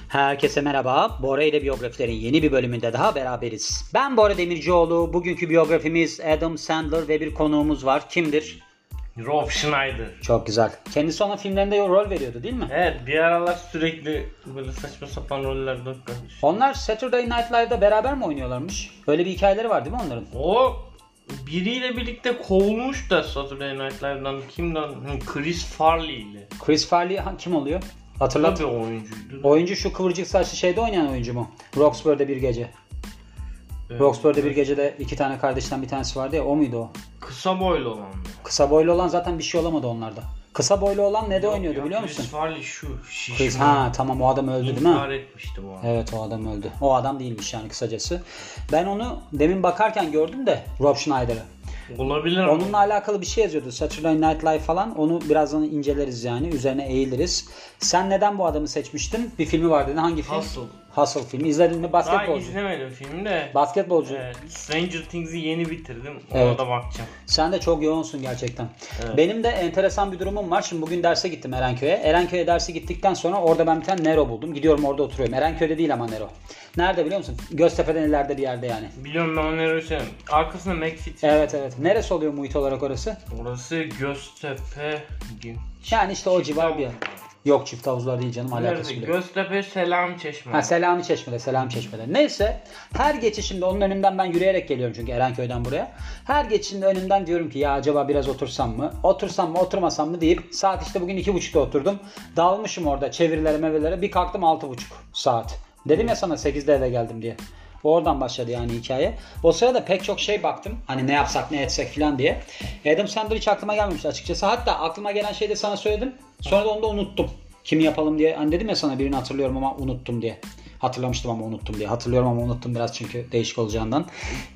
Herkese merhaba. Bora ile biyografilerin yeni bir bölümünde daha beraberiz. Ben Bora Demircioğlu. Bugünkü biyografimiz Adam Sandler ve bir konuğumuz var. Kimdir? Rob Schneider. Çok güzel. Kendisi ona filmlerinde rol veriyordu değil mi? Evet, bir aralar sürekli böyle saçma sapan rollerde oynamış. Onlar Saturday Night Live'da beraber mi oynuyorlarmış? Böyle bir hikayeleri var değil mi onların? O biriyle birlikte kovulmuş da Saturday Night Live'dan. Kimden? Chris Farley ile. Chris Farley kim oluyor? Hatırlat. Tabii oyuncuydu. Oyuncu şu kıvırcık saçlı şeyde oynayan oyuncu mu? Roxbury'de bir gece. Roxbury'de bir gecede iki tane kardeşten bir tanesi vardı ya, o muydu o? Kısa boylu olan mı? Kısa boylu olan zaten bir şey olamadı onlarda. Kısa boylu olan ne de oynuyordu biliyor musun? Chris Farley şu şişman. Ha tamam, o adam öldü değil mi? İntihar etmişti bu adam. Evet, o adam öldü. O adam değilmiş yani kısacası. Ben onu demin bakarken gördüm de Rob Schneider'ı. Olabilir ama. Onunla alakalı bir şey yazıyordu. Saturday Night Live falan. Onu birazdan inceleriz yani. Üzerine eğiliriz. Sen neden bu adamı seçmiştin? Bir filmi vardı. Hangi film? Hustle filmi. İzledin mi? Basketbolcu. Daha izlemedim filmi de. Basketbolcu. Stranger Things'i yeni bitirdim. Ona Evet. da bakacağım. Sen de çok yoğunsun gerçekten. Evet. Benim de enteresan bir durumum var. Şimdi bugün derse gittim Erenköy'e. Erenköy'e derse gittikten sonra orada ben bir tane Nero buldum. Gidiyorum orada oturuyorum. Erenköy'de değil ama Nero. Nerede biliyor musun? Göztepe'den ileride bir yerde yani. Biliyorum, ben o Nero'yu seviyorum. Arkasında McFit. Evet. Neresi oluyor muhit olarak orası? Orası Göztepe. Yani işte o civar bir yer. Yok, çift havuzlar değil canım, alakası bile. Göztepe Selamiçeşme. Ha, Selamiçeşme'de. Neyse, her geçişimde onun önünden ben yürüyerek geliyorum çünkü Erenköy'den buraya. Her geçişimde önünden diyorum ki ya acaba biraz otursam mı oturmasam mı deyip saat işte bugün 2.30'da oturdum. Dalmışım orada çevirilere mevirlere, bir kalktım 6.30 saat. Dedim ya sana 8'de eve geldim diye. Oradan başladı yani hikaye. O sırada pek çok şey baktım. Hani ne yapsak ne etsek falan diye. Adam Sandler hiç aklıma gelmemişti açıkçası. Hatta aklıma gelen şeyi de sana söyledim. Sonra da onu da unuttum. Kimi yapalım diye. Hani dedim ya sana, birini hatırlıyorum ama unuttum diye. Hatırlamıştım ama unuttum diye. Hatırlıyorum ama unuttum biraz çünkü değişik olacağından.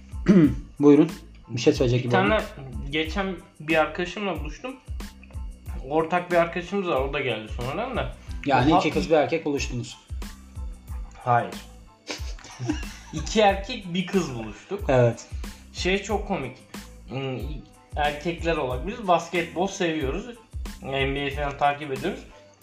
Buyurun. Bir şey söyleyecek gibi Bir tane geçen bir arkadaşımla buluştum. Ortak bir arkadaşımız var. O da geldi sonradan da. Yani iki kız bir erkek buluştunuz. Hayır. İki erkek bir kız buluştuk. Evet. Çok komik. Erkekler olarak biz basketbol seviyoruz. NBA falan takip ediyoruz.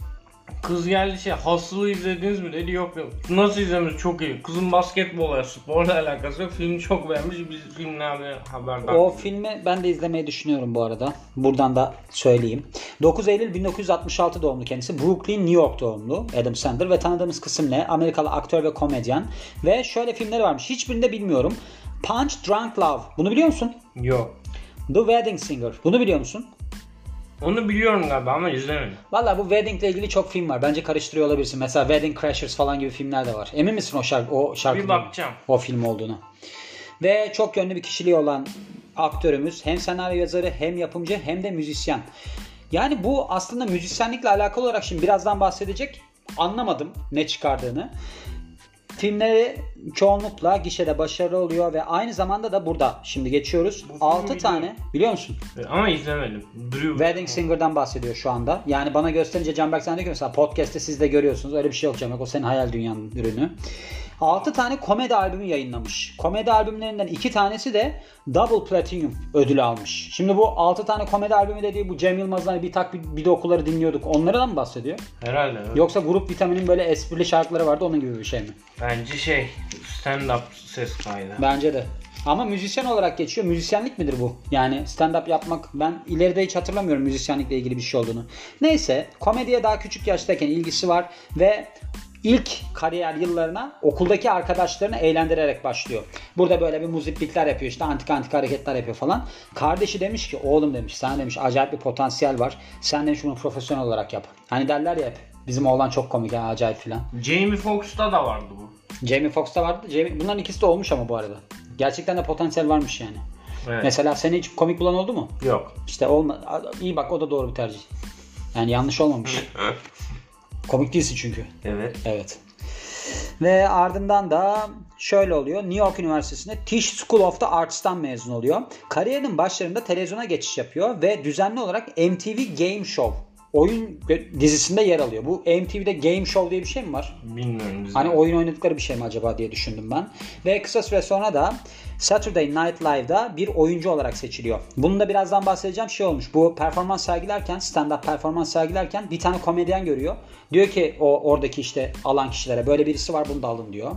Kız geldi Hustle'ı izlediniz mi dedi, yok. Nasıl izlemiş, çok iyi. Kızın basketbolla, sporla alakası yok. Filmi çok beğenmiş, biz filmle haberdar. O filmi ben de izlemeyi düşünüyorum bu arada. Buradan da söyleyeyim. 9 Eylül 1966 doğumlu kendisi. Brooklyn, New York doğumlu Adam Sandler ve tanıdığımız kısım ne? Amerikalı aktör ve komedyen. Ve şöyle filmleri varmış. Hiçbirini de bilmiyorum. Punch Drunk Love. Bunu biliyor musun? Yok. The Wedding Singer. Bunu biliyor musun? Onu biliyorum galiba ama izlemedim. Valla bu Wedding ile ilgili çok film var. Bence karıştırıyor olabilirsin. Mesela Wedding Crashers falan gibi filmler de var. Emin misin o şarkı Bir bakacağım. O film olduğunu. Ve çok yönlü bir kişiliği olan aktörümüz. Hem senaryo yazarı, hem yapımcı, hem de müzisyen. Yani bu aslında müzisyenlikle alakalı olarak şimdi birazdan bahsedecek. Anlamadım ne çıkardığını. Filmleri çoğunlukla gişede başarılı oluyor ve aynı zamanda da burada. Şimdi geçiyoruz. 6 tane. Biliyor musun? Ama izlemedim. Wedding Singer'dan bahsediyor şu anda. Yani bana gösterince Canberk sen diyor ki mesela podcast'te siz de görüyorsunuz. Öyle bir şey yok Canberk. O senin hayal dünyanın ürünü. 6 tane komedi albümü yayınlamış. Komedi albümlerinden 2 tanesi de Double Platinum ödülü almış. Şimdi bu 6 tane komedi albümü dediği bu Cem Yılmaz'ın hani bir de okulları dinliyorduk. Onlardan mı bahsediyor? Herhalde. Evet. Yoksa Grup Vitamin'in böyle esprili şarkıları vardı, onun gibi bir şey mi? Bence stand-up ses kaydı. Bence de. Ama müzisyen olarak geçiyor. Müzisyenlik midir bu? Yani stand-up yapmak, ben ileride hiç hatırlamıyorum müzisyenlikle ilgili bir şey olduğunu. Neyse, komediye daha küçük yaştayken ilgisi var ve ilk kariyer yıllarına okuldaki arkadaşlarını eğlendirerek başlıyor. Burada böyle bir muziplikler yapıyor, işte antik hareketler yapıyor falan. Kardeşi demiş ki oğlum demiş, sana demiş acayip bir potansiyel var. Sen demiş bunu profesyonel olarak yap. Hani derler ya hep, bizim oğlan çok komik yani, acayip filan. Jamie Foxx'ta da vardı bu. Jamie Foxx'ta vardı. Bunların ikisi de olmuş ama bu arada. Gerçekten de potansiyel varmış yani. Evet. Mesela seni hiç komik bulan oldu mu? Yok. İşte iyi bak, o da doğru bir tercih. Yani yanlış olmamış. Komik değilsin çünkü. Evet. Ve ardından da şöyle oluyor. New York Üniversitesi'nde Tisch School of the Arts'tan mezun oluyor. Kariyerinin başlarında televizyona geçiş yapıyor ve düzenli olarak MTV Game Show oyun dizisinde yer alıyor. Bu MTV'de Game Show diye bir şey mi var? Bilmiyorum. Hani oyun oynadıkları bir şey mi acaba diye düşündüm ben. Ve kısa süre sonra da Saturday Night Live'da bir oyuncu olarak seçiliyor. Bunun da birazdan bahsedeceğim şey olmuş. Bu performans sergilerken, stand-up performans sergilerken bir tane komedyen görüyor. Diyor ki oradaki işte alan kişilere böyle birisi var bunu da alın diyor.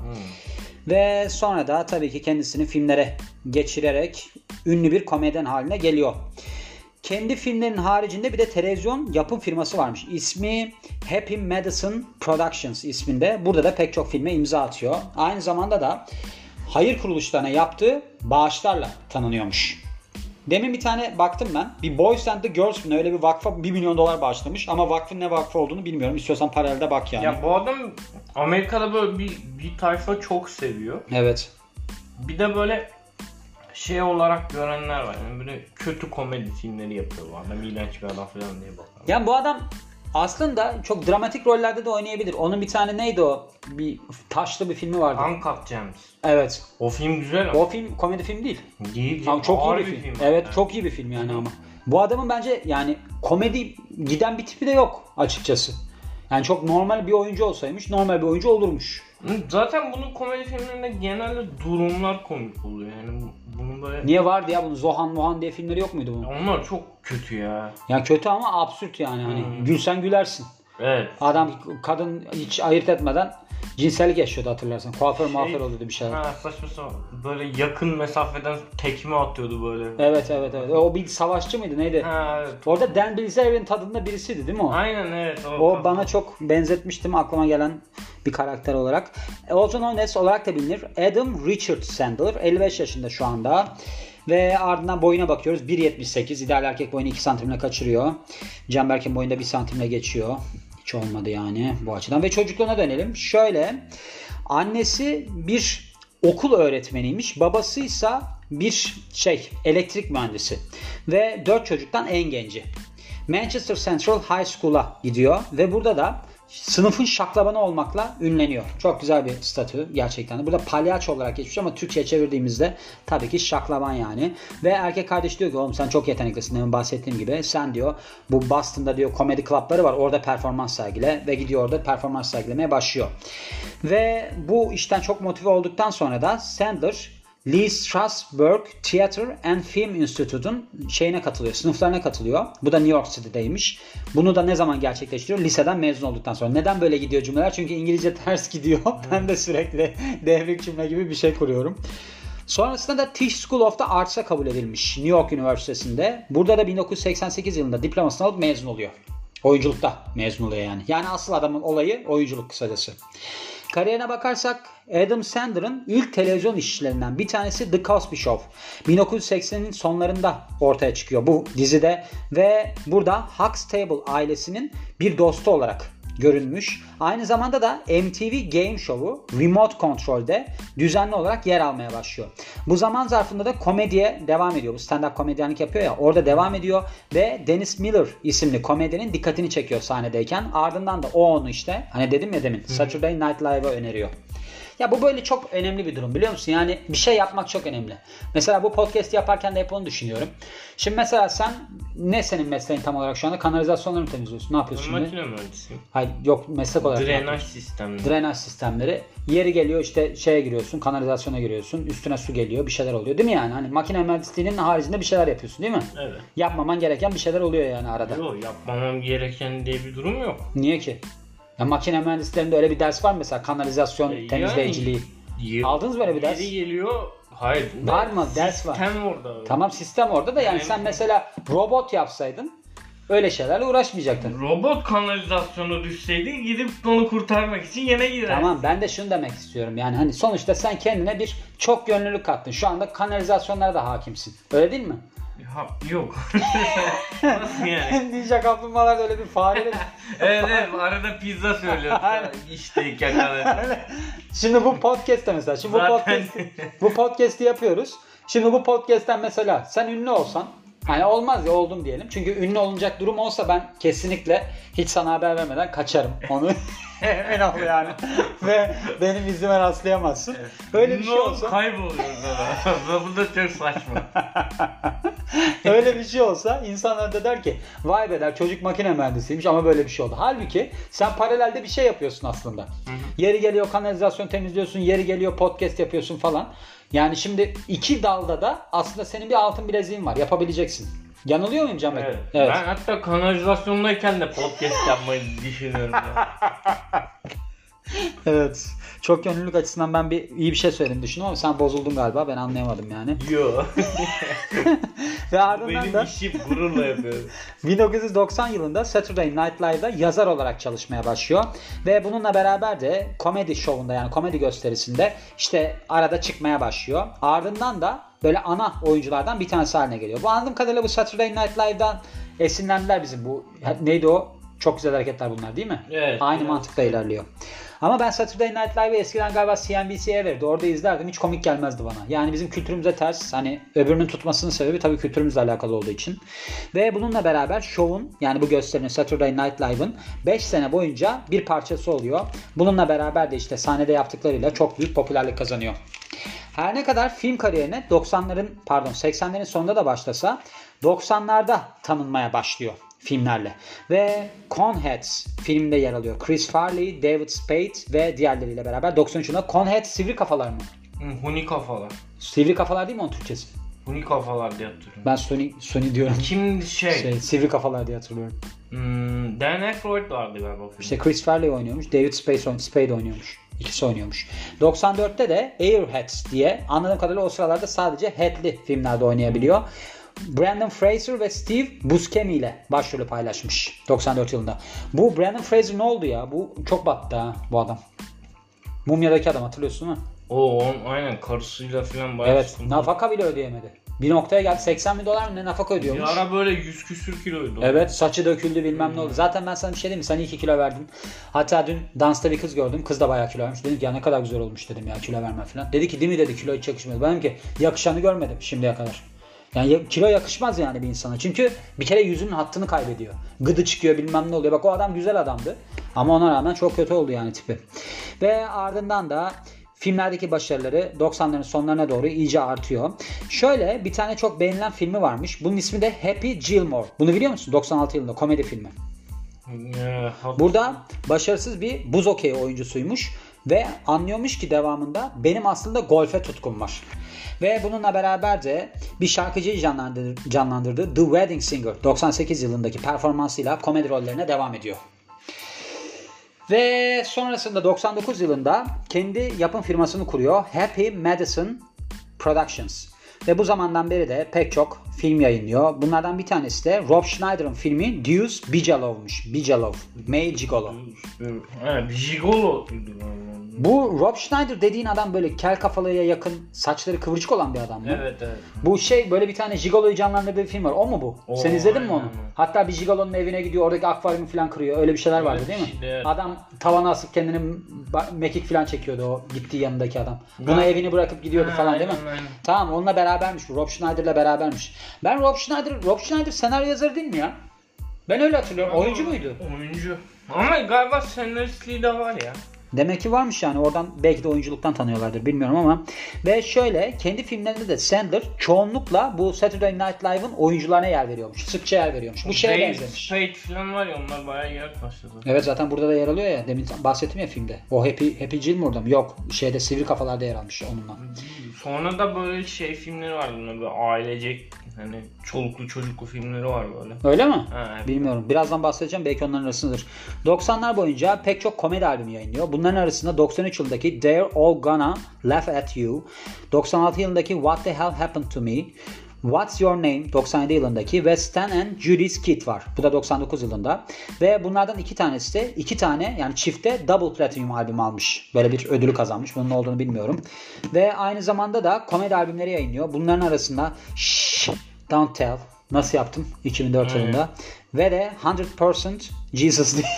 Ve sonra da tabii ki kendisini filmlere geçirerek ünlü bir komedyen haline geliyor. Kendi filmlerinin haricinde bir de televizyon yapım firması varmış. İsmi Happy Madison Productions isminde. Burada da pek çok filme imza atıyor. Aynı zamanda da hayır kuruluşlarına yaptığı bağışlarla tanınıyormuş. Demin bir tane baktım ben. Bir Boys and the Girls mi öyle bir vakfa 1 milyon dolar bağışlamış. Ama vakfın ne vakfı olduğunu bilmiyorum. İstiyorsan paralelde bak yani. Ya bu adam Amerika'da böyle bir tayfa çok seviyor. Evet. Bir de böyle şey olarak görenler var. Yani böyle kötü komedi filmleri yapıyor bu adam. İğrenç bir adam falan diye bakıyor. Yani bu adam aslında çok dramatik rollerde de oynayabilir. Onun bir tane neydi o? Bir taşlı bir filmi vardı. Uncut Gems. Evet. O film güzel ama. O film komedi film değil. Değil. Ama çok iyi ağır bir film. Evet, Evet. çok iyi bir film yani ama. Bu adamın bence yani komedi giden bir tipi de yok açıkçası. Yani çok normal bir oyuncu olsaymış normal bir oyuncu olurmuş. Zaten bunun komedi filmlerinde genelde durumlar komik oluyor. Yani bunun böyle... Niye vardı ya bunun Zohan Mohan diye filmleri yok muydu bunun? Onlar çok kötü ya. Yani kötü ama absürt yani. Hani gülsen gülersin. Evet. Adam kadın hiç ayırt etmeden cinsellik yaşıyordu hatırlarsan. Kuaför muaför oluyordu bir şeyler. Ha, saçma sapan. Böyle yakın mesafeden tekme atıyordu böyle. Evet. O bir savaşçı mıydı neydi? Ha, evet. Orada Dan Bilzerian tadında birisiydi değil mi o? Aynen evet. O bana çok benzetmiştim aklıma gelen bir karakter olarak. Also known as olarak da bilinir. Adam Richard Sandler. 55 yaşında şu anda. Ve ardından boyuna bakıyoruz. 1.78. İdeal erkek boyunu 2 santimle kaçırıyor. Can Berk'in boyunda 1 santimle geçiyor. Hiç olmadı yani bu açıdan. Ve çocukluğuna dönelim. Şöyle. Annesi bir okul öğretmeniymiş. Babası ise bir elektrik mühendisi. Ve 4 çocuktan en genci. Manchester Central High School'a gidiyor. Ve burada da sınıfın şaklabanı olmakla ünleniyor. Çok güzel bir statü gerçekten de. Burada palyaço olarak geçmiş ama Türkçe'ye çevirdiğimizde tabii ki şaklaban yani. Ve erkek kardeş diyor ki oğlum sen çok yeteneklisin demin bahsettiğim gibi. Sen diyor bu Boston'da diyor komedi klapları var. Orada performans sergile ve gidiyor orada performans sergilemeye başlıyor. Ve bu işten çok motive olduktan sonra da Sandler Lee Strasberg Theater and Film Institute'un sınıflarına katılıyor. Bu da New York City'deymiş. Bunu da ne zaman gerçekleştiriyor? Liseden mezun olduktan sonra. Neden böyle gidiyor cümleler? Çünkü İngilizce ters gidiyor. Ben de sürekli devrik cümle gibi bir şey kuruyorum. Sonrasında da Tisch School of the Arts'a kabul edilmiş New York Üniversitesi'nde. Burada da 1988 yılında diplomasını alıp mezun oluyor. Oyunculukta mezun oluyor yani. Yani asıl adamın olayı oyunculuk kısacası. Kariyerine bakarsak Adam Sandler'ın ilk televizyon işlerinden bir tanesi The Cosby Show. 1980'in sonlarında ortaya çıkıyor bu dizide ve burada Huxtable ailesinin bir dostu olarak görünmüş. Aynı zamanda da MTV Game Show'u Remote Control'de düzenli olarak yer almaya başlıyor. Bu zaman zarfında da komediye devam ediyor. Bu stand-up komedyenlik yapıyor ya orada devam ediyor ve Dennis Miller isimli komedyenin dikkatini çekiyor sahnedeyken. Ardından da o onu işte hani dedim ya demin Saturday Night Live'a öneriyor. Ya bu böyle çok önemli bir durum biliyor musun? Yani bir şey yapmak çok önemli. Mesela bu podcast yaparken de hep onu düşünüyorum. Şimdi mesela ne senin mesleğin tam olarak şu anda? Kanalizasyonları mı temizliyorsun? Ne yapıyorsun şimdi? Makine mühendisiyim. Hayır yok meslek olarak. Drenaj sistemleri. Drenaj sistemleri. Yeri geliyor işte şeye giriyorsun, kanalizasyona giriyorsun. Üstüne su geliyor, bir şeyler oluyor. Değil mi yani? Hani makine mühendisliğinin haricinde bir şeyler yapıyorsun değil mi? Evet. Yapmaman gereken bir şeyler oluyor yani arada. Yok yapmamam gereken diye bir durum yok. Niye ki? Ya makine mühendislerinde öyle bir ders var mı mesela kanalizasyon temizleyiciliği? Aldınız mı öyle bir ders? Yeri geliyor. Hayır. Var mı? Ders var. Sistem orada. Tamam sistem orada da yani sen mesela robot yapsaydın öyle şeylerle uğraşmayacaktın. Robot kanalizasyona düşseydi gidip onu kurtarmak için yine girer. Tamam ben de şunu demek istiyorum yani hani sonuçta sen kendine bir çok yönlülük kattın. Şu anda kanalizasyonlara da hakimsin. Öyle değil mi? Yok. Nasıl yani? Ninja kaplumbağalarda öyle bir fare. evet arada pizza söylüyorsun. İşteyken kadar. Şimdi bu podcast'te mesela. Şimdi bu podcast'i yapıyoruz. Şimdi bu podcast'ten mesela sen ünlü olsan hani olmaz ya oldum diyelim. Çünkü ünlü olunacak durum olsa ben kesinlikle hiç sana haber vermeden kaçarım. Onu emin ol yani. Ve benim izime rastlayamazsın. Öyle bir şey olsa. Kayboluyoruz ama. Bu da çok saçma. Öyle bir şey olsa insanlar da der ki vay be der, çocuk makine mühendisiymiş ama böyle bir şey oldu. Halbuki sen paralelde bir şey yapıyorsun aslında. Yeri geliyor kanalizasyon temizliyorsun, yeri geliyor podcast yapıyorsun falan. Yani şimdi iki dalda da aslında senin bir altın bileziğin var. Yapabileceksin. Yanılıyor muyum Can Bey? Evet. Evet. Ben hatta kanalizasyondayken de podcast yapmayı düşünüyorum ya. Evet. Çok yönlülük açısından ben iyi bir şey söyledim düşündüm ama sen bozuldun galiba. Ben anlayamadım yani. Yo. Ve ardından Benim da işim gururla yapıyorum. 1990 yılında Saturday Night Live'da yazar olarak çalışmaya başlıyor. Ve bununla beraber de komedi şovunda yani komedi gösterisinde işte arada çıkmaya başlıyor. Ardından da böyle ana oyunculardan bir tanesi haline geliyor. Bu anladığım kadarıyla bu Saturday Night Live'dan esinlendiler bizim bu. Neydi o? Çok güzel hareketler bunlar değil mi? Evet. Aynı evet. mantıkla ilerliyor. Ama ben Saturday Night Live'ı eskiden galiba CNBC'ye verirdi. Orada izlerdim. Hiç komik gelmezdi bana. Yani bizim kültürümüze ters. Hani öbürünün tutmasının sebebi tabii kültürümüzle alakalı olduğu için. Ve bununla beraber şovun yani bu gösterinin Saturday Night Live'ın 5 sene boyunca bir parçası oluyor. Bununla beraber de işte sahnede yaptıklarıyla çok büyük popülerlik kazanıyor. Her ne kadar film kariyerine 80'lerin sonunda da başlasa 90'larda tanınmaya başlıyor filmlerle. Ve Coneheads filminde yer alıyor. Chris Farley, David Spade ve diğerleriyle beraber 93 yılında. Coneheads sivri kafalar mı? Huni kafalar. Sivri kafalar değil mi onun Türkçesi? Huni kafalar diye hatırlıyorum. Ben Sony diyorum. Kim Sivri kafalar diye hatırlıyorum. Dan Aykroyd vardı galiba filmde. İşte Chris Farley oynuyormuş. David Spade oynuyormuş. İkisi oynuyormuş. 94'te de Airheads diye anladığım kadarıyla o sıralarda sadece headli filmlerde oynayabiliyor. Brendan Fraser ve Steve Buscemi ile başrolü paylaşmış 94 yılında. Bu Brendan Fraser ne oldu ya? Bu çok battı ha bu adam. Mumya'daki adam hatırlıyorsun değil mi? Aynen karısıyla falan bayağı Evet. sıkıntı. Nafaka bile ödeyemedi. Bir noktaya geldi. 80 bin dolar mı ne nafaka Bir ödüyormuş. ara böyle 100 küsür kiloydu. Evet, saçı döküldü bilmem ne oldu. Zaten ben sana bir şey diyeyim mi? Sen 2 kilo verdin. Hatta dün dansta bir kız gördüm. Kız da bayağı kilo vermiş. Dedim ki ya ne kadar güzel olmuş dedim ya kilo verme falan. Dedi ki değil mi dedi kilo hiç yakışmıyor. Ben dedim ki yakışanı görmedim şimdiye kadar. Yani kilo yakışmaz yani bir insana. Çünkü bir kere yüzünün hattını kaybediyor. Gıdı çıkıyor bilmem ne oluyor. Bak o adam güzel adamdı. Ama ona rağmen çok kötü oldu yani tipi. Ve ardından da filmlerdeki başarıları 90'ların sonlarına doğru iyice artıyor. Şöyle bir tane çok beğenilen filmi varmış. Bunun ismi de Happy Gilmore. Bunu biliyor musun? 96 yılında komedi filmi. Burada başarısız bir buz hokeyi oyuncusuymuş. Ve anlıyormuş ki devamında benim aslında golfe tutkum var. Ve bununla beraber de bir şarkıcıyı canlandırdığı The Wedding Singer 98 yılındaki performansıyla komedi rollerine devam ediyor. Ve sonrasında 99 yılında kendi yapım firmasını kuruyor. Happy Madison Productions. Ve bu zamandan beri de pek çok film yayınlıyor. Bunlardan bir tanesi de Rob Schneider'ın filmi Deuce Bigelow'muş. Bigelow. Male Gigolo. Evet, Gigolo. Bu Rob Schneider dediğin adam böyle kel kafalıya yakın, saçları kıvırcık olan bir adam mı? Evet. Bu böyle bir tane Gigolo'yu canlandırdığı bir film var. O mu bu? Sen izledin mi onu? aynen. Hatta bir Gigolo'nun evine gidiyor. Oradaki akvaryumu falan kırıyor. Öyle bir şeyler vardı değil mi? Evet. Adam tavana asıp kendini mekik falan çekiyordu o gittiği yanındaki adam. Buna Ha. evini bırakıp gidiyordu falan değil mi? Aynen. Tamam onunla berabermiş bu. Rob Schneider'la berabermiş. Ben Rob Schneider senaryo yazarı değil mi ya? Ben öyle hatırlıyorum. Oyuncu muydu? Oyuncu. Ama galiba senaristliği de var ya. Demek ki varmış yani oradan belki de oyunculuktan tanıyorlardır bilmiyorum ama. Ve şöyle kendi filmlerinde de Sandler çoğunlukla bu Saturday Night Live'ın oyuncularına yer veriyormuş. Sıkça yer veriyormuş. Bu şeye Dave benzemiş. Spade falan var ya onlar bayağı yer başladı. Evet zaten burada da yer alıyor ya. Demin bahsettim ya filmde. O Happy Gilmore'da mı? Yok. Şeyde Sivri Kafalar'da yer almış onunla. Sonra da böyle filmleri var bunlar böyle ailecek hani çoluklu çocuklu filmleri var böyle. Öyle mi? Ha, evet. Bilmiyorum. Birazdan bahsedeceğim. Belki onların arasındadır. 90'lar boyunca pek çok komedi albümü yayınlıyor. Bunların arasında 93 yılındaki They're All Gonna Laugh At You, 96 yılındaki What The Hell Happened To Me, What's Your Name 97 yılındaki ve Stan and Judy's Kid var. Bu da 99 yılında. Ve bunlardan iki tanesi de yani çifte Double Platinum albüm almış. Böyle bir ödülü kazanmış. Bunun ne olduğunu bilmiyorum. Ve aynı zamanda da komedi albümleri yayınlıyor. Bunların arasında Shh, Don't Tell. Nasıl yaptım? 2004 yılında. Ve de 100% Jesus diye.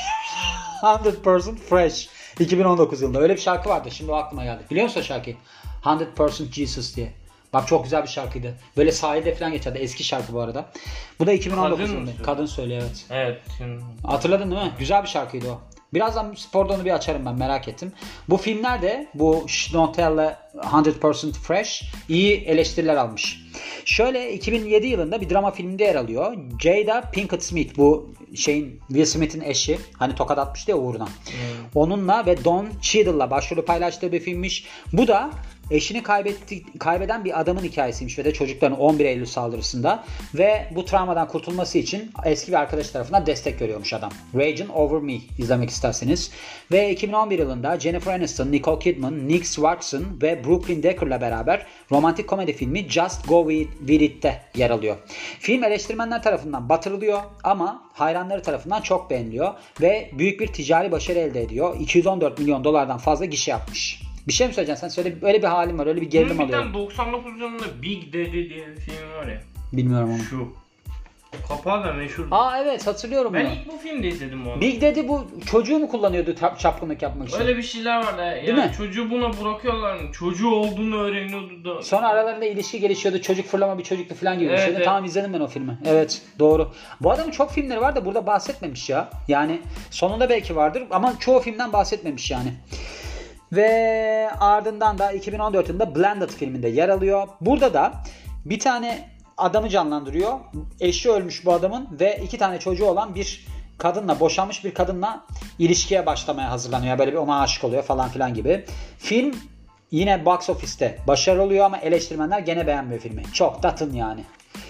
100% Fresh. 2019 yılında. Öyle bir şarkı vardı. Şimdi o aklıma geldi. Biliyor musun o şarkıyı? 100% Jesus diye. Bak çok güzel bir şarkıydı. Böyle sahilde falan geçerdi. Eski şarkı bu arada. Bu da 2019 yılında. Kadın söylüyor evet. Evet. Hatırladın değil mi? Güzel bir şarkıydı o. Birazdan sporda onu bir açarım ben merak ettim. Bu filmlerde bu Shh Don't Tell'le 100% Fresh iyi eleştiriler almış. Şöyle 2007 yılında bir drama filminde yer alıyor. Jada Pinkett Smith, bu Will Smith'in eşi. Hani tokat atmıştı ya uğruna. Onunla ve Don Cheadle'la başrolü paylaştığı bir filmmiş. Bu da eşini kaybeden bir adamın hikayesiymiş ve de çocukların 11 Eylül saldırısında ve bu travmadan kurtulması için eski bir arkadaş tarafından destek görüyormuş adam. Raging Over Me izlemek isterseniz. Ve 2011 yılında Jennifer Aniston, Nicole Kidman, Nick Swartzen ve Brooklyn Decker'la beraber romantik komedi filmi Just Go With It'te yer alıyor. Film eleştirmenler tarafından batırılıyor ama hayranları tarafından çok beğeniliyor ve büyük bir ticari başarı elde ediyor. 214 milyon dolardan fazla gişe yapmış. Bir şey mi söyleyeceksin? Sen söyle, öyle bir halim var, öyle bir gerilim alıyorum. Bir tane 99 yılında Big Daddy diye bir film var ya. Bilmiyorum onu. Şu. Kapağı da meşhur. Evet, hatırlıyorum ben bunu. ilk bu filmde izledim onu. Big Daddy bu çocuğu mu kullanıyordu çapkınlık yapmak için? Öyle bir şeyler var ya. Değil mi? Çocuğu buna bırakıyorlar mı? Çocuğu olduğunu öğreniyordu da. Sonra aralarında ilişki gelişiyordu. Çocuk fırlama bir çocuktu falan gibi bir şeydi. Evet. Tamam, izledim ben o filmi. Evet, doğru. Bu adamın çok filmleri var da burada bahsetmemiş ya. Yani sonunda belki vardır ama çoğu filmden bahsetmemiş yani. Ve ardından da 2014 yılında Blended filminde yer alıyor. Burada da bir tane adamı canlandırıyor. Eşi ölmüş bu adamın ve 2 tane çocuğu olan bir kadınla, boşanmış bir kadınla ilişkiye başlamaya hazırlanıyor. Böyle bir ona aşık oluyor falan filan gibi. Film yine box office'te başarılı oluyor ama eleştirmenler gene beğenmiyor filmi. Çok tatın yani.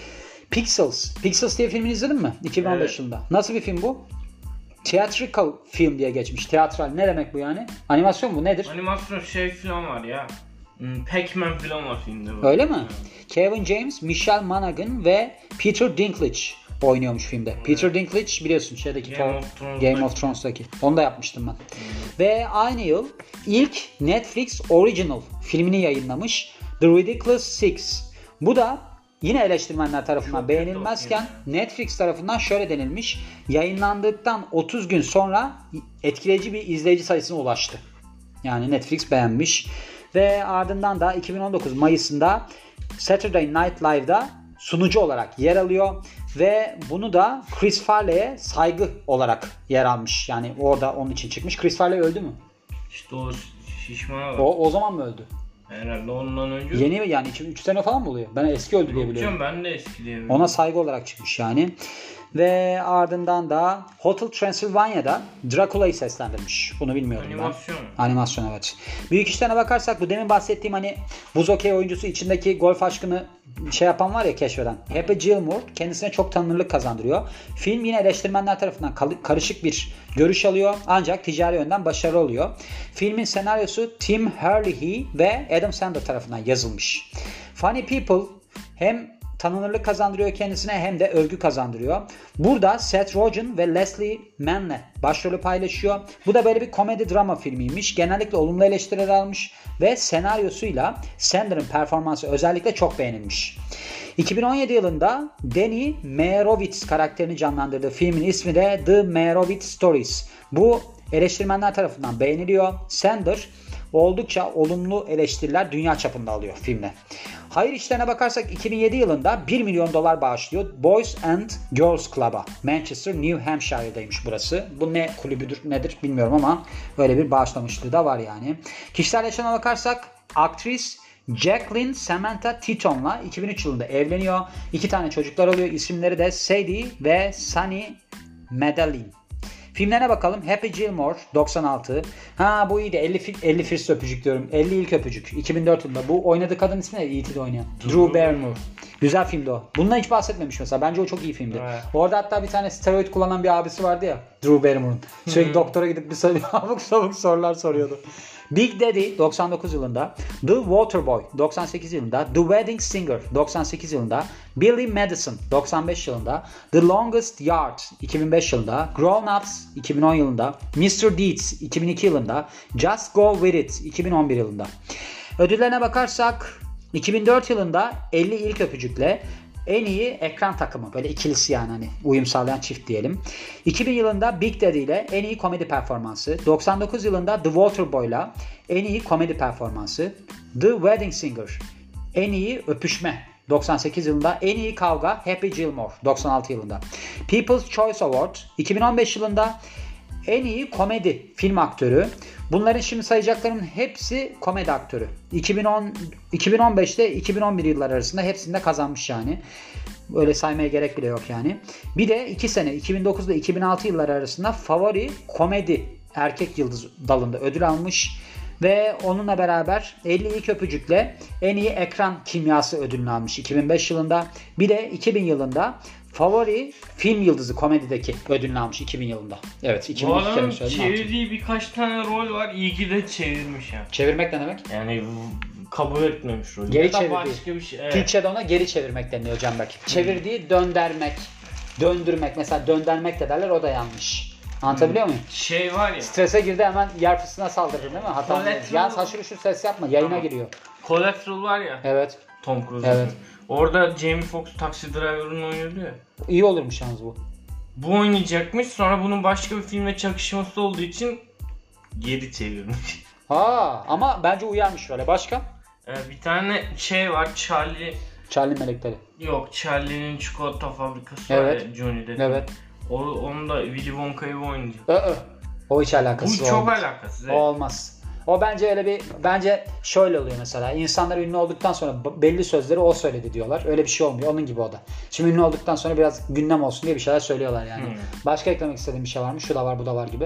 Pixels. Pixels diye filmini izledin mi? 2015 yılında. Nasıl bir film bu? Theatrical film diye geçmiş. Teatral. Ne demek bu yani? Animasyon mu? Nedir? Animasyon falan var ya. Pac-Man falan var filmde. Öyle mi? Kevin James, Michelle Monaghan ve Peter Dinklage oynuyormuş filmde. Evet. Peter Dinklage biliyorsun şeydeki Game of Thrones'daki. Onu da yapmıştım ben. Ve aynı yıl ilk Netflix Original filmini yayınlamış. The Ridiculous Six. Bu da yine eleştirmenler tarafından beğenilmezken Netflix tarafından şöyle denilmiş. Yayınlandıktan 30 gün sonra etkileyici bir izleyici sayısına ulaştı. Yani Netflix beğenmiş. Ve ardından da 2019 Mayıs'ında Saturday Night Live'da sunucu olarak yer alıyor. Ve bunu da Chris Farley'e saygı olarak yer almış. Yani orada onun için çıkmış. Chris Farley öldü mü? İşte o şişman var. O zaman mı öldü? Herhalde ondan önce. Yeni mi yani? 3 sene falan mı oluyor? Ben eski öldü diye biliyorum. Ben de eski diye biliyorum. Ona saygı olarak çıkmış yani. Ve ardından da Hotel Transylvania'da Dracula'yı seslendirmiş. Bunu bilmiyorum Animasyon. ben. Animasyon, evet. Büyük işlerine bakarsak bu demin bahsettiğim hani buz okey oyuncusu içindeki golf aşkını yapan var ya, keşfeden. Happy Gilmore kendisine çok tanınırlık kazandırıyor. Film yine eleştirmenler tarafından karışık bir görüş alıyor. Ancak ticari yönden başarılı oluyor. Filmin senaryosu Tim Herlihy ve Adam Sandler tarafından yazılmış. Funny People hem tanınırlık kazandırıyor kendisine hem de övgü kazandırıyor. Burada Seth Rogen ve Leslie Mann'le başrolü paylaşıyor. Bu da böyle bir komedi drama filmiymiş. Genellikle olumlu eleştiriler almış ve senaryosuyla Sandler'ın performansı özellikle çok beğenilmiş. 2017 yılında Danny Meyerowitz karakterini canlandırdığı filmin ismi de The Meyerowitz Stories. Bu eleştirmenler tarafından beğeniliyor. Sandler oldukça olumlu eleştiriler dünya çapında alıyor filmle. Hayır işlerine bakarsak 2007 yılında 1 milyon dolar bağışlıyor Boys and Girls Club'a. Manchester, New Hampshire'daymış burası. Bu ne kulübüdür nedir bilmiyorum ama öyle bir bağışlamışlığı da var yani. Kişisel yaşamına bakarsak aktris Jacqueline Samantha Titon'la 2003 yılında evleniyor. 2 tane çocuklar oluyor. İsimleri de Sadie ve Sunny Madeline. Filmlerine bakalım. Happy Gilmore 96. Bu iyiydi. 50 First Öpücük diyorum. 50 ilk öpücük. 2004 yılında. Bu oynadığı kadın ismi ne? E.T.'de oynayan. Drew Barrymore. Güzel filmdi o. Bundan hiç bahsetmemiş mesela. Bence o çok iyi filmdi. Evet. Orada hatta bir tane steroid kullanan bir abisi vardı ya. Drew Barrymore'un. Sürekli doktora gidip bir abuk sorular soruyordu. Big Daddy 99 yılında, The Waterboy 98 yılında, The Wedding Singer 98 yılında, Billy Madison 95 yılında, The Longest Yard 2005 yılında, Grown Ups 2010 yılında, Mr. Deeds 2002 yılında, Just Go With It 2011 yılında. Ödüllerine bakarsak 2004 yılında 50 ilk öpücükle en iyi ekran takımı, böyle ikilisi yani hani uyum sağlayan çift diyelim. 2000 yılında Big Daddy ile en iyi komedi performansı. 99 yılında The Waterboy ile en iyi komedi performansı. The Wedding Singer en iyi öpüşme. 98 yılında en iyi kavga Happy Gilmore 96 yılında. People's Choice Award 2015 yılında en iyi komedi film aktörü. Bunların şimdi sayacaklarımın hepsi komedi aktörü. 2015'te 2011 yıllar arasında hepsinde kazanmış yani. Öyle saymaya gerek bile yok yani. Bir de 2 sene 2009 ile 2006 yılları arasında favori komedi erkek yıldız dalında ödül almış. Ve onunla beraber 50 ilk öpücükle en iyi ekran kimyası ödülünü almış 2005 yılında. Bir de 2000 yılında favori film yıldızı komedideki ödülünü almış 2000 yılında. Evet, Bu 2002 adamın kere söyledim. çevirdiği birkaç tane rol var. İyi ki de çevirmiş yani. Çevirmek ne demek? Yani kabul etmemiş rolü. Geri Ya da çevirdiği. başka bir şey. Evet. Türkçe'de ona geri çevirmek deniyor Canberk. Çevirdiği döndürmek, döndürmek. Mesela döndürmek de derler, o da yanlış. Anlatabiliyor muyum? Şey var ya. Strese girdi, hemen yer fıstığına saldırdın değil mi? Hata. Collateral- Ya saçını şu ses yapma, yayına Tamam. giriyor. Collateral var ya. Evet. Tom Cruise'un. Evet. Orada Jamie Foxx taksi driver'ını oynuyordu ya. İyi olurmuş yalnız bu. Bu oynayacakmış. Sonra bunun başka bir filmle çakışması olduğu için geri çevirmiş. Ama bence uyarmış böyle. Başka? Bir tane şey var. Charlie Melekleri. Yok, Charlie'nin çikolata fabrikası Evet. var ya, Johnny Depp. Evet. Onu da Willy Wonka'yı oynayacak. O hiç alakası Bu çok olmaz. alakasız. O olmaz. O bence şöyle oluyor mesela. İnsanlar ünlü olduktan sonra belli sözleri o söyledi diyorlar. Öyle bir şey olmuyor. Onun gibi o da. Şimdi ünlü olduktan sonra biraz gündem olsun diye bir şeyler söylüyorlar yani. Başka eklemek istediğim bir şey var mı? Şu da var, bu da var gibi.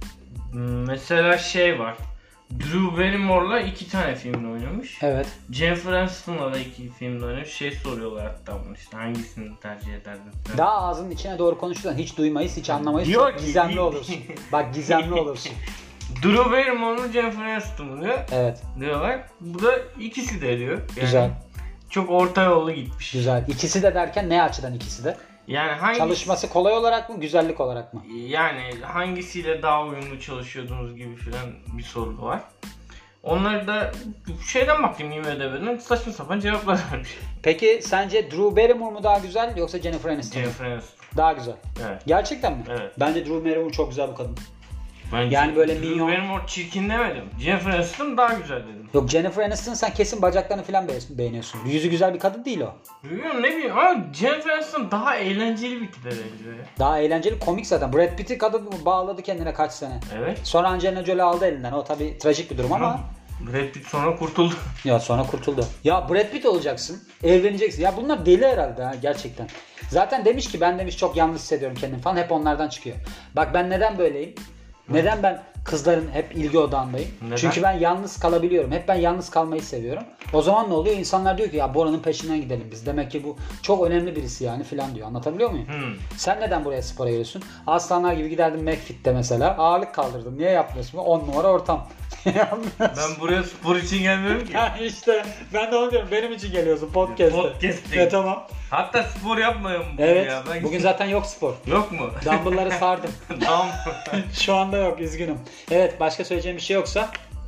Mesela şey var. Drew Barrymore'la 2 tane filmde oynamış. Evet. Jennifer Aniston'la da 2 filmde oynamış. Şey soruyorlar hatta bunu, işte hangisini tercih ederdin? Daha ağzının içine doğru konuşursan hiç duymayız, hiç anlamayız. Yok, Çok gizemli olursun. Bak, gizemli olursun. Drew Barrymore'la Jennifer Aniston diyor. Evet. Diyorlar. Bu da ikisi de diyor. Yani Güzel. çok orta yolda gitmiş. Güzel. İkisi de derken ne açıdan ikisi de? Yani hangisi, Çalışması kolay olarak mı, güzellik olarak mı? yani hangisiyle daha uyumlu çalışıyordunuz gibi filan bir soru var. Onları da şeyden baktım, IMDb'den saçma sapan cevaplar vermiş. Peki sence Drew Barrymore mu daha güzel yoksa Jennifer Aniston mu? Jennifer Aniston. Daha güzel. Evet. Gerçekten mi? Evet. Bence Drew Barrymore çok güzel bir kadın. Bence Yani böyle Drew minyon- Barrymore çirkin demedim. Jennifer Aniston daha güzel dedim. Yok, Jennifer Aniston sen kesin bacaklarını falan beğeniyorsun. Yüzü güzel bir kadın değil o. Bilmiyorum, ne bileyim ama Jennifer Aniston daha eğlenceli bir tipe benziyor ya. Daha eğlenceli, komik zaten. Brad Pitt'i kadın bağladı kendine kaç sene. Evet. Sonra Angelina Jolie aldı elinden. O tabii trajik bir durum ama. Brad Pitt sonra kurtuldu. Ya sonra kurtuldu. Ya Brad Pitt olacaksın. Evleneceksin. Ya bunlar deli herhalde ha, gerçekten. Zaten demiş ki ben demiş çok yalnız hissediyorum kendimi falan. Hep onlardan çıkıyor. Bak ben neden böyleyim? Neden ben kızların hep ilgi odağındayım? Neden? Çünkü ben yalnız kalabiliyorum. Hep ben yalnız kalmayı seviyorum. O zaman ne oluyor? İnsanlar diyor ki ya Bora'nın peşinden gidelim biz. Demek ki bu çok önemli birisi yani filan diyor. Anlatabiliyor muyum? Sen neden buraya spora geliyorsun? Aslanlar gibi giderdin McFit'te mesela. Ağırlık kaldırdın. Niye yapmıyorsun? 10 numara ortam. Ben buraya spor için gelmiyorum ki. Ya işte ben de onu diyorum. Benim için geliyorsun podcast'te. Podcast'te. Tamam. Hatta spor yapmayalım bugün Evet. ya. Ben... Bugün zaten yok spor. Yok mu? Dumbbell'ları sardım. Tamam. Şu anda yok, üzgünüm. Evet, başka söyleyeceğim bir şey yoksa?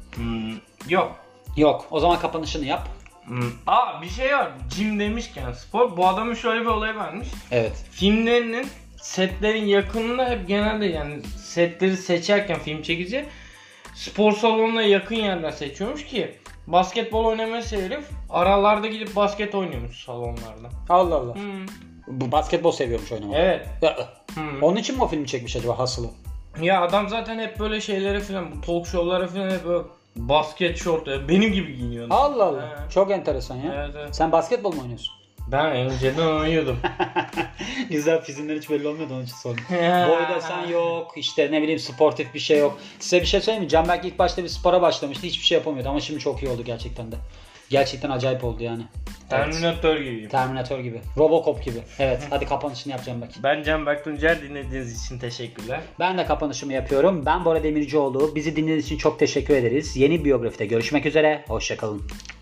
Yok. Yok. O zaman kapanışını yap. Bir şey var. Jim demişken spor. Bu adamın şöyle bir olayı varmış. Evet. Filmlerinin setlerin yakınında hep genelde yani setleri seçerken film çekici spor salonuna yakın yerler seçiyormuş ki basketbol oynamayı severip aralarda gidip basket oynuyormuş salonlarda. Allah Allah. Bu basketbol seviyormuş oynamayı. Evet. Onun için mi o filmi çekmiş acaba hasılı? Ya adam zaten hep böyle şeylere falan, bu talk show'lara falan hep böyle basket şort, benim gibi giyiniyor. Allah Allah. Evet. Çok enteresan ya. Evet, evet. Sen basketbol mu oynuyorsun? Ben önceden oynuyordum. Güzel, fiziğinden hiç belli olmuyordu, onun için sordum. Boyda sen yok, işte ne bileyim sportif bir şey yok. Size bir şey söyleyeyim mi? Canberk ilk başta bir spora başlamıştı, hiçbir şey yapamıyordu ama şimdi çok iyi oldu gerçekten de. Gerçekten acayip oldu yani. Terminator gibiyim. Terminator gibi. Robocop gibi. Evet, hadi kapanışını yapacağım bak. Ben Canberk Tuncer, dinlediğiniz için teşekkürler. Ben de kapanışımı yapıyorum. Ben Bora Demircioğlu. Bizi dinlediğiniz için çok teşekkür ederiz. Yeni biyografide görüşmek üzere. Hoşçakalın.